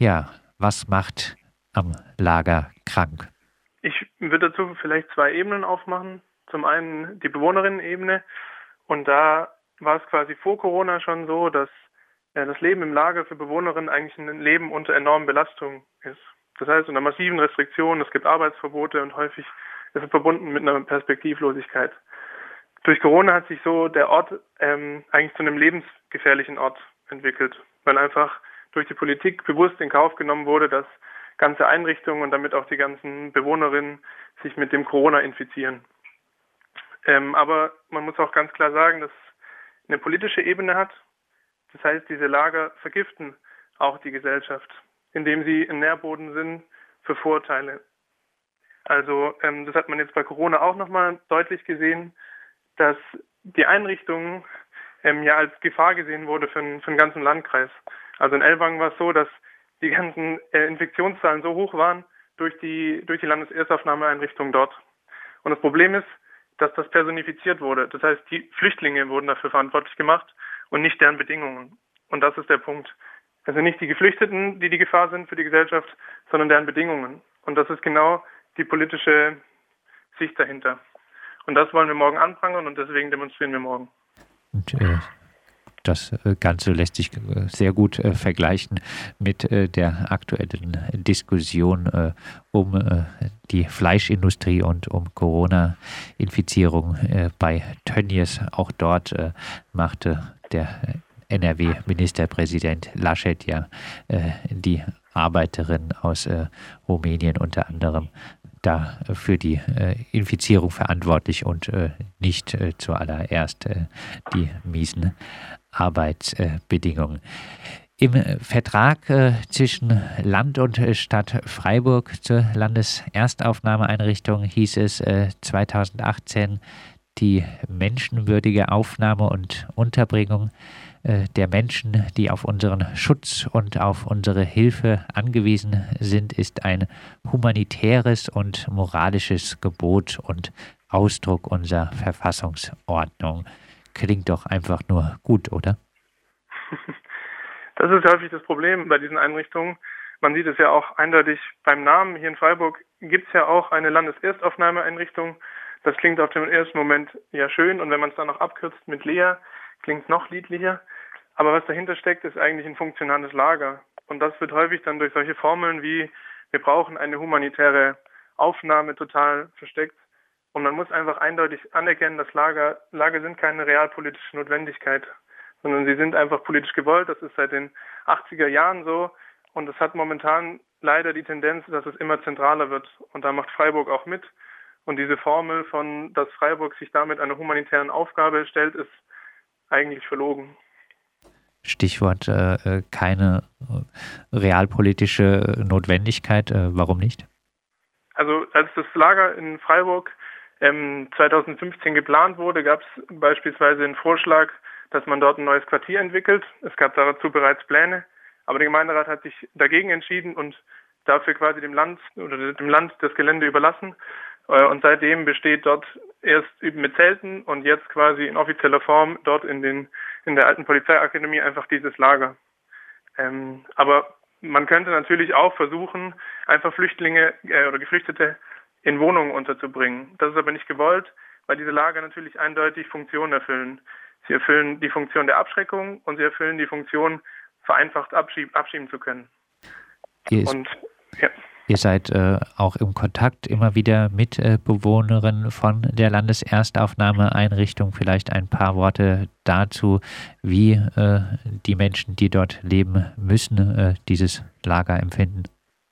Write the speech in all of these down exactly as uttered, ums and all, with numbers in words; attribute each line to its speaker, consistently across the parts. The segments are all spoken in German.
Speaker 1: Ja, was macht am Lager krank?
Speaker 2: Ich würde dazu vielleicht zwei Ebenen aufmachen. Zum einen die Bewohnerinnen-Ebene. Und da war es quasi vor Corona schon so, dass äh, das Leben im Lager für Bewohnerinnen eigentlich ein Leben unter enormen Belastungen ist. Das heißt, unter massiven Restriktionen, es gibt Arbeitsverbote und häufig ist es verbunden mit einer Perspektivlosigkeit. Durch Corona hat sich so der Ort ähm, eigentlich zu einem lebensgefährlichen Ort entwickelt, weil einfach durch die Politik bewusst in Kauf genommen wurde, dass ganze Einrichtungen und damit auch die ganzen Bewohnerinnen sich mit dem Corona infizieren. Ähm, aber man muss auch ganz klar sagen, dass es eine politische Ebene hat. Das heißt, diese Lager vergiften auch die Gesellschaft, indem sie ein Nährboden sind für Vorurteile. Also ähm, das hat man jetzt bei Corona auch nochmal deutlich gesehen, dass die Einrichtung ähm, ja als Gefahr gesehen wurde für, für den ganzen Landkreis. Also in Ellwangen war es so, dass die ganzen äh, Infektionszahlen so hoch waren durch die durch die Landeserstaufnahmeeinrichtung dort. Und das Problem ist, dass das personifiziert wurde. Das heißt, die Flüchtlinge wurden dafür verantwortlich gemacht und nicht deren Bedingungen. Und das ist der Punkt. Also nicht die Geflüchteten, die die Gefahr sind für die Gesellschaft, sondern deren Bedingungen. Und das ist genau die politische Sicht dahinter. Und das wollen wir morgen anprangern und deswegen demonstrieren wir morgen.
Speaker 1: Und äh, das Ganze lässt sich sehr gut äh, vergleichen mit äh, der aktuellen Diskussion äh, um äh, die Fleischindustrie und um Corona-Infizierung äh, bei Tönnies. Auch dort äh, machte der N R W-Ministerpräsident Laschet ja äh, die Arbeiterin aus äh, Rumänien unter anderem da für die äh, Infizierung verantwortlich und äh, nicht äh, zuallererst äh, die miesen Arbeitsbedingungen. Im Vertrag äh, zwischen Land und äh, Stadt Freiburg zur Landeserstaufnahmeeinrichtung hieß es äh, zweitausendachtzehn, die menschenwürdige Aufnahme und Unterbringung äh, der Menschen, die auf unseren Schutz und auf unsere Hilfe angewiesen sind, ist ein humanitäres und moralisches Gebot und Ausdruck unserer Verfassungsordnung. Klingt doch einfach nur gut, oder?
Speaker 2: Das ist häufig das Problem bei diesen Einrichtungen. Man sieht es ja auch eindeutig beim Namen. Hier in Freiburg gibt es ja auch eine Landeserstaufnahmeeinrichtung. Das klingt auf den ersten Moment ja schön und wenn man es dann noch abkürzt mit Lea, klingt es noch liedlicher. Aber was dahinter steckt, ist eigentlich ein funktionales Lager. Und das wird häufig dann durch solche Formeln wie wir brauchen eine humanitäre Aufnahme total versteckt. Und man muss einfach eindeutig anerkennen, dass Lager, Lager sind keine realpolitische Notwendigkeit, sondern sie sind einfach politisch gewollt. Das ist seit den achtziger Jahren so. Und es hat momentan leider die Tendenz, dass es immer zentraler wird. Und da macht Freiburg auch mit. Und diese Formel von, dass Freiburg sich damit einer humanitären Aufgabe stellt, ist eigentlich verlogen.
Speaker 1: Stichwort äh, keine realpolitische Notwendigkeit. Äh, warum nicht?
Speaker 2: Also als das Lager in Freiburg ähm, zweitausendfünfzehn geplant wurde, gab es beispielsweise einen Vorschlag, dass man dort ein neues Quartier entwickelt. Es gab dazu bereits Pläne, aber der Gemeinderat hat sich dagegen entschieden und dafür quasi dem Land oder dem Land das Gelände überlassen. Und seitdem besteht dort erst mit Zelten und jetzt quasi in offizieller Form dort in den in der alten Polizeiakademie einfach dieses Lager. Ähm, aber man könnte natürlich auch versuchen, einfach Flüchtlinge äh, oder Geflüchtete in Wohnungen unterzubringen. Das ist aber nicht gewollt, weil diese Lager natürlich eindeutig Funktionen erfüllen. Sie erfüllen die Funktion der Abschreckung und sie erfüllen die Funktion, vereinfacht abschieb, abschieben zu können.
Speaker 1: Ihr,
Speaker 2: und, ja.
Speaker 1: ihr seid äh, auch im Kontakt immer wieder mit äh, Bewohnerinnen von der Landeserstaufnahmeeinrichtung. Vielleicht ein paar Worte dazu, wie äh, die Menschen, die dort leben müssen, äh, dieses Lager empfinden.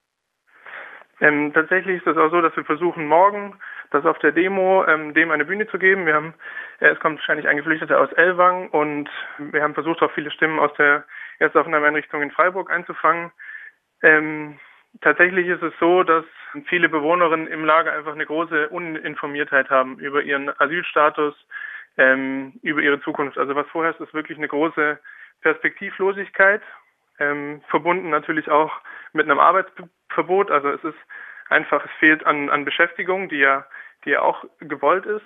Speaker 2: Ähm, tatsächlich ist es auch so, dass wir versuchen, morgen das auf der Demo ähm, dem eine Bühne zu geben. Wir haben, äh, es kommt wahrscheinlich ein Geflüchteter aus Ellwangen und wir haben versucht, auch viele Stimmen aus der Erstaufnahmeeinrichtung in Freiburg einzufangen. Ähm, tatsächlich ist es so, dass viele Bewohnerinnen im Lager einfach eine große Uninformiertheit haben über ihren Asylstatus, ähm, über ihre Zukunft. Also was vorherrscht, ist wirklich eine große Perspektivlosigkeit, ähm, verbunden natürlich auch mit einem Arbeitsverbot. Also es ist einfach, es fehlt an, an Beschäftigung, die ja, die ja auch gewollt ist,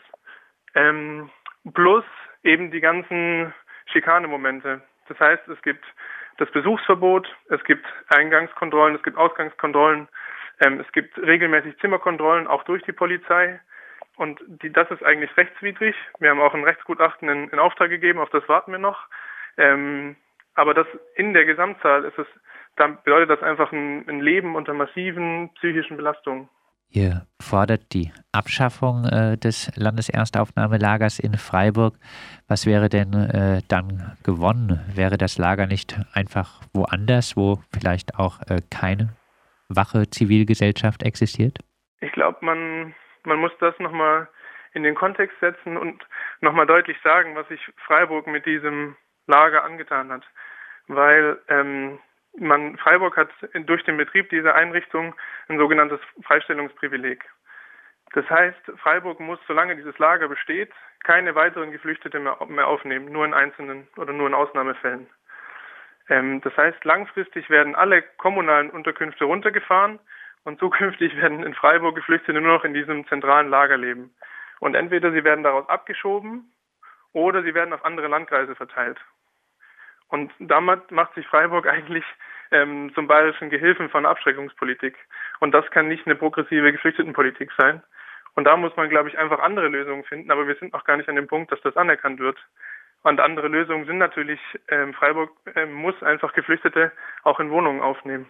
Speaker 2: ähm, plus eben die ganzen Schikanemomente. Das heißt, es gibt das Besuchsverbot, es gibt Eingangskontrollen, es gibt Ausgangskontrollen, ähm, es gibt regelmäßig Zimmerkontrollen, auch durch die Polizei. Und die, das ist eigentlich rechtswidrig. Wir haben auch ein Rechtsgutachten in, in Auftrag gegeben, auf das warten wir noch. Ähm, aber das in der Gesamtzahl ist es, dann bedeutet das einfach ein, ein Leben unter massiven psychischen Belastungen.
Speaker 1: Ihr fordert die Abschaffung äh, des Landeserstaufnahmelagers in Freiburg. Was wäre denn äh, dann gewonnen? Wäre das Lager nicht einfach woanders, wo vielleicht auch äh, keine wache Zivilgesellschaft existiert?
Speaker 2: Ich glaube, man, man muss das nochmal in den Kontext setzen und nochmal deutlich sagen, was sich Freiburg mit diesem Lager angetan hat. Weil ähm, man Freiburg hat durch den Betrieb dieser Einrichtung ein sogenanntes Freistellungsprivileg. Das heißt, Freiburg muss, solange dieses Lager besteht, keine weiteren Geflüchtete mehr, mehr aufnehmen, nur in einzelnen oder nur in Ausnahmefällen. Ähm, das heißt, langfristig werden alle kommunalen Unterkünfte runtergefahren und zukünftig werden in Freiburg Geflüchtete nur noch in diesem zentralen Lager leben. Und entweder sie werden daraus abgeschoben oder sie werden auf andere Landkreise verteilt. Und damit macht sich Freiburg eigentlich ähm, zum bayerischen Gehilfen von Abschreckungspolitik. Und das kann nicht eine progressive Geflüchtetenpolitik sein. Und da muss man, glaube ich, einfach andere Lösungen finden. Aber wir sind noch gar nicht an dem Punkt, dass das anerkannt wird. Und andere Lösungen sind natürlich, ähm, Freiburg ähm, muss einfach Geflüchtete auch in Wohnungen aufnehmen.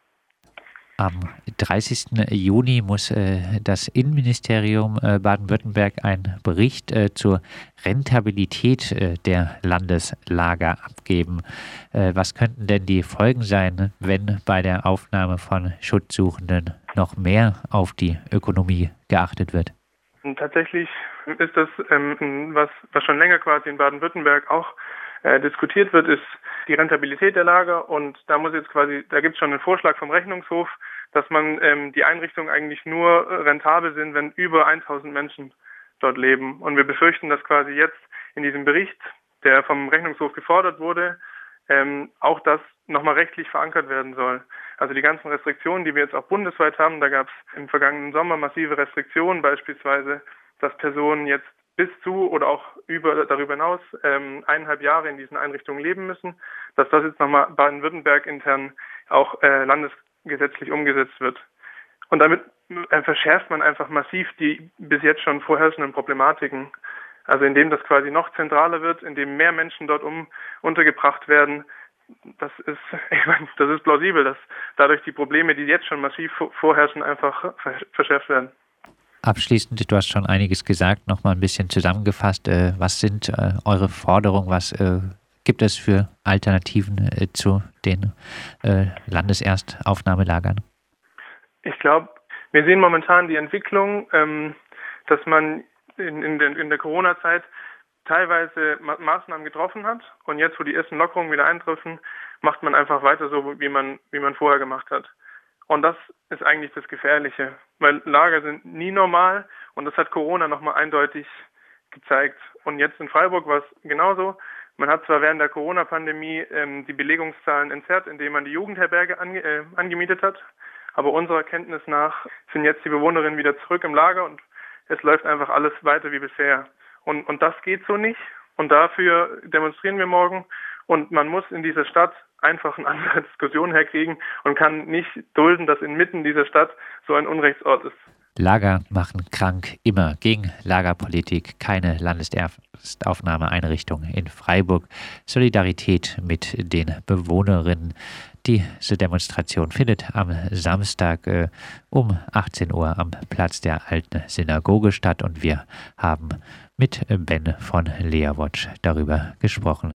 Speaker 1: Am dreißigsten Juni muss äh, das Innenministerium äh, Baden-Württemberg einen Bericht äh, zur Rentabilität äh, der Landeslager abgeben. Äh, was könnten denn die Folgen sein, wenn bei der Aufnahme von Schutzsuchenden noch mehr auf die Ökonomie geachtet wird?
Speaker 2: Und tatsächlich ist das, ähm, was, was schon länger quasi in Baden-Württemberg auch äh, diskutiert wird, ist die Rentabilität der Lager. Und da muss jetzt quasi, da gibt es schon einen Vorschlag vom Rechnungshof, dass man ähm, die Einrichtungen eigentlich nur rentabel sind, wenn über tausend Menschen dort leben. Und wir befürchten, dass quasi jetzt in diesem Bericht, der vom Rechnungshof gefordert wurde, ähm, auch das nochmal rechtlich verankert werden soll. Also die ganzen Restriktionen, die wir jetzt auch bundesweit haben, da gab es im vergangenen Sommer massive Restriktionen, beispielsweise, dass Personen jetzt bis zu oder auch über darüber hinaus ähm, eineinhalb Jahre in diesen Einrichtungen leben müssen, dass das jetzt nochmal Baden-Württemberg intern auch äh, landesgesetzlich umgesetzt wird. Und damit äh, verschärft man einfach massiv die bis jetzt schon vorherrschenden Problematiken. Also indem das quasi noch zentraler wird, indem mehr Menschen dort um untergebracht werden, das ist, ich meine, das ist plausibel, dass dadurch die Probleme, die jetzt schon massiv vorherrschen, einfach verschärft werden.
Speaker 1: Abschließend, du hast schon einiges gesagt, noch mal ein bisschen zusammengefasst. Äh, was sind äh, eure Forderungen? Was äh, gibt es für Alternativen äh, zu den äh, Landeserstaufnahmelagern?
Speaker 2: Ich glaube, wir sehen momentan die Entwicklung, ähm, dass man in, in, den, in der Corona-Zeit teilweise Ma- Maßnahmen getroffen hat und jetzt, wo die ersten Lockerungen wieder eintreffen, macht man einfach weiter so, wie man, wie man vorher gemacht hat. Und das ist eigentlich das Gefährliche, weil Lager sind nie normal und das hat Corona nochmal eindeutig gezeigt. Und jetzt in Freiburg war es genauso. Man hat zwar während der Corona-Pandemie ähm, die Belegungszahlen entzerrt, indem man die Jugendherberge ange- äh, angemietet hat, aber unserer Kenntnis nach sind jetzt die Bewohnerinnen wieder zurück im Lager und es läuft einfach alles weiter wie bisher. Und, und das geht so nicht und dafür demonstrieren wir morgen und man muss in dieser Stadt einfach eine andere Diskussion herkriegen und kann nicht dulden, dass inmitten dieser Stadt so ein Unrechtsort ist.
Speaker 1: Lager machen krank, immer gegen Lagerpolitik, keine Landeserstaufnahmeeinrichtung in Freiburg. Solidarität mit den Bewohnerinnen. Diese Demonstration findet am Samstag äh, um achtzehn Uhr am Platz der Alten Synagoge statt und wir haben mit Ben von Lea Watch darüber gesprochen.